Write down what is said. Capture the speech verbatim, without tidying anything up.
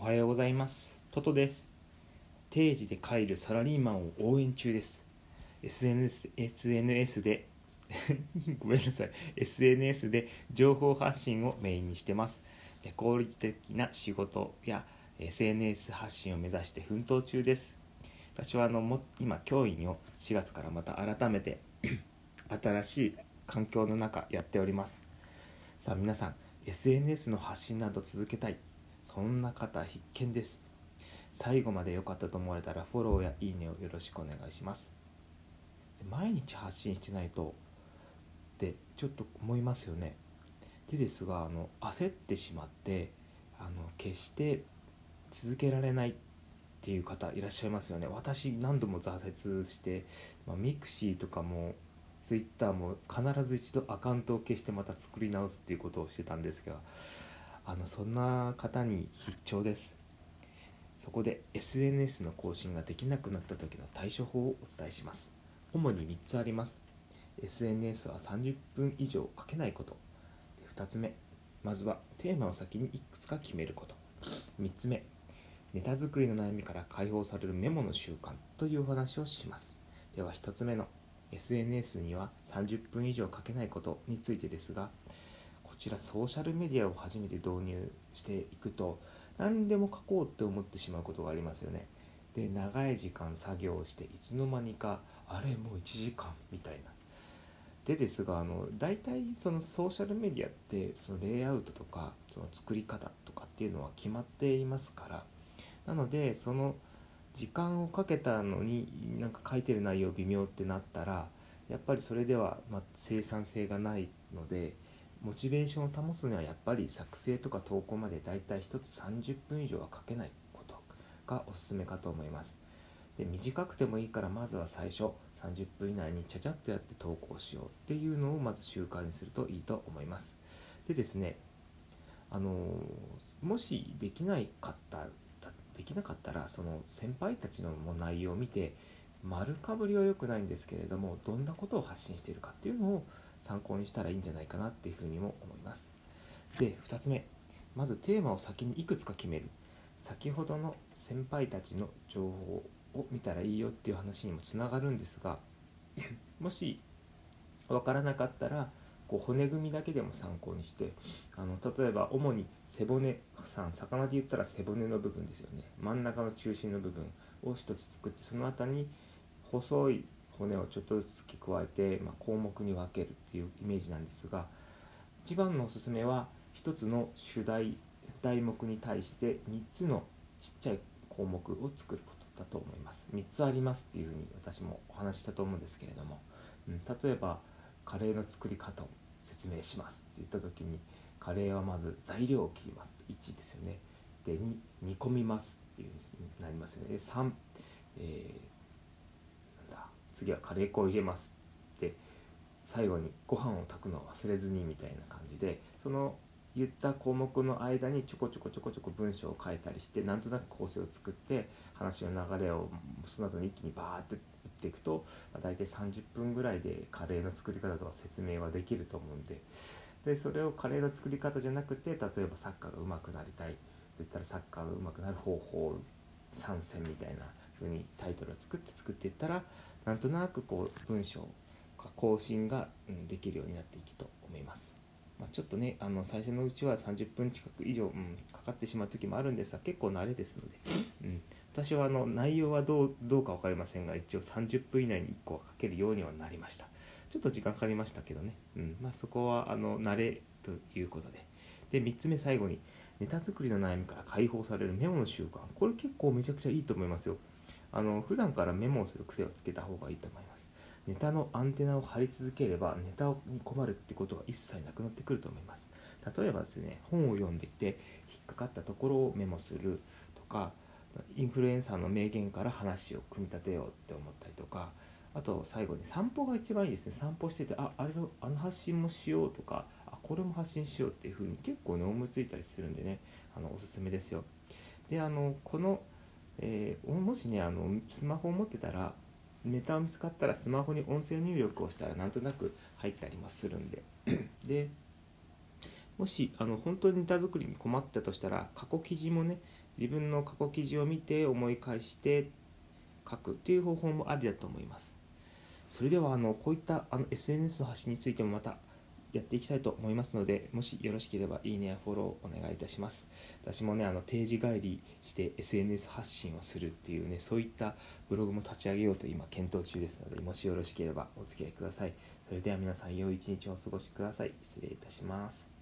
はようございます。トトです。定時で帰るサラリーマンを応援中です。エスエヌエス, エスエヌエス でごめんなさい エスエヌエス で情報発信をメインにしてます。で効率的な仕事や エスエヌエス 発信を目指して奮闘中です。私はあのも今教員をしがつからまた改めて新しい環境の中やっております。さあ皆さん エスエヌエス の発信など続けたい、そんな方必見です。最後まで良かったと思われたらフォローやいいねをよろしくお願いします。で毎日発信してないとってちょっと思いますよね。でですがあの焦ってしまってあの決して続けられないっていう方いらっしゃいますよね。私何度も挫折して、まあ、ミクシーとかもツイッターも必ず一度アカウントを消してまた作り直すっていうことをしてたんですが、あのそんな方に必聴です。そこで エスエヌエス の更新ができなくなった時の対処法をお伝えします。主にみっつあります。 エスエヌエス はさんじゅっぷん以上かけないこと。ふたつめ、まずはテーマを先にいくつか決めること。みっつめ、ネタ作りの悩みから解放されるメモの習慣というお話をします。ではひとつめの エスエヌエス にはさんじゅっぷん以上かけないことについてですが、こちらソーシャルメディアを初めて導入していくと何でも書こうって思ってしまうことがありますよね。で長い時間作業していつの間にかあれもういちじかんみたいな。でですがあの大体そのソーシャルメディアってそのレイアウトとかその作り方とかっていうのは決まっていますから、なのでその時間をかけたのになんか書いてる内容微妙ってなったらやっぱりそれではま生産性がないので、モチベーションを保つにはやっぱり作成とか投稿までだいたいひとつさんじゅっぷん以上はかけないことがおすすめかと思います。で短くてもいいからまずは最初さんじゅっぷん以内にちゃちゃっとやって投稿しようっていうのをまず習慣にするといいと思います。でですね、あのもしできないかったできなかったらその先輩たちの内容を見て丸かぶりは良くないんですけれども、どんなことを発信しているかっていうのを参考にしたらいいんじゃないかなっていうふうにも思います。でふたつめ、まずテーマを先にいくつか決める。先ほどの先輩たちの情報を見たらいいよっていう話にもつながるんですが、もし分からなかったらこう骨組みだけでも参考にして、あの例えば主に背骨さん、魚で言ったら背骨の部分ですよね。真ん中の中心の部分を一つ作って、その後に細い骨をちょっとずつ付け加えて、まあ、項目に分けるっていうイメージなんですが、一番のおすすめは一つの主題題目に対してみっつのちっちゃい項目を作ることだと思います。みっつありますっていうふうに私もお話ししたと思うんですけれども、うん、例えばカレーの作り方を説明しますって言った時に、カレーはまず材料を切りますいちですよね。でに煮込みますっていう風になりますよね。でさん、えー、なんだ次はカレー粉を入れますで、最後にご飯を炊くのを忘れずにみたいな感じで、その言った項目の間にちょこちょこちょこちょこ文章を書いたりして、なんとなく構成を作って話の流れをその後に一気にバーって打っていくと、だいたいさんじゅっぷんぐらいでカレーの作り方とか説明はできると思うんで、でそれをカレーの作り方じゃなくて、例えばサッカーが上手くなりたいと言ったらサッカーが上手くなる方法参戦みたいな風にタイトルを作って作っていったら、なんとなくこう文章更新ができるようになっていくと思います。まあ、ちょっとねあの最初のうちはさんじゅっぷん近く以上、うん、かかってしまう時もあるんですが、結構慣れですので、うん、私はあの内容はどう、どうか分かりませんが、一応さんじゅっぷん以内にいっこは書けるようにはなりました。ちょっと時間かかりましたけどね、うんまあ、そこはあの慣れということで。でみっつめ、最後にネタ作りの悩みから解放されるメモの習慣。これ結構めちゃくちゃいいと思いますよ。あの普段からメモをする癖をつけた方がいいと思います。ネタのアンテナを張り続ければネタに困るってことが一切なくなってくると思います。例えばですね、本を読んでいて引っかかったところをメモするとか、インフルエンサーの名言から話を組み立てようって思ったりとか、あと最後に散歩が一番いいですね。散歩してて、あ、あれをあの発信もしようとか、あ、これも発信しようっていう風に結構ね思いついたりするんでね、あのおすすめですよ。で、あのこの、えーもしねあのスマホを持ってたら、ネタを見つかったらスマホに音声入力をしたらなんとなく入ったりもするんででもしあの本当にネタ作りに困ったとしたら過去記事もね自分の過去記事を見て思い返して書くという方法もありだと思います。それではあのこういったあの エスエヌエス の発信についてもまたやっていきたいと思いますので、もしよろしければいいねやフォローお願いいたします。私もね、あの定時帰りして エスエヌエス 発信をするっていうね、そういったブログも立ち上げようと今検討中ですので、もしよろしければお付き合いください。それでは皆さん良い一日をお過ごしください。失礼いたします。